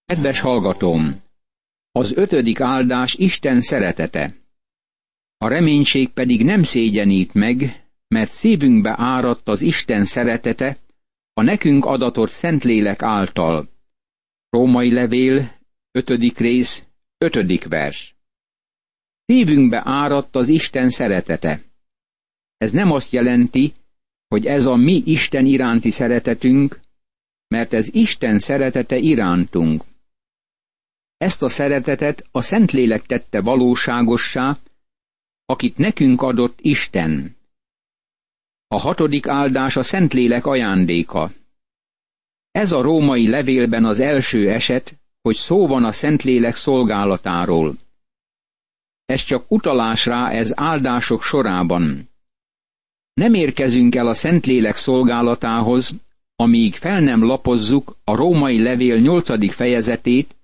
Kedves hallgatóm! Az 5. áldás Isten szeretete. A reménység pedig nem szégyenít meg, mert szívünkbe áradt az Isten szeretete a nekünk adatott Szentlélek által. Római levél, 5. rész, 5. vers. Szívünkbe áradt az Isten szeretete. Ez nem azt jelenti, hogy ez a mi Isten iránti szeretetünk, mert ez Isten szeretete irántunk. Ezt a szeretetet a Szentlélek tette valóságossá, akit nekünk adott Isten. A 6. áldás a Szentlélek ajándéka. Ez a római levélben az első eset, hogy szó van a Szentlélek szolgálatáról. Ez csak utalás rá ez áldások sorában. Nem érkezünk el a Szentlélek szolgálatához, amíg fel nem lapozzuk a római levél 8. fejezetét,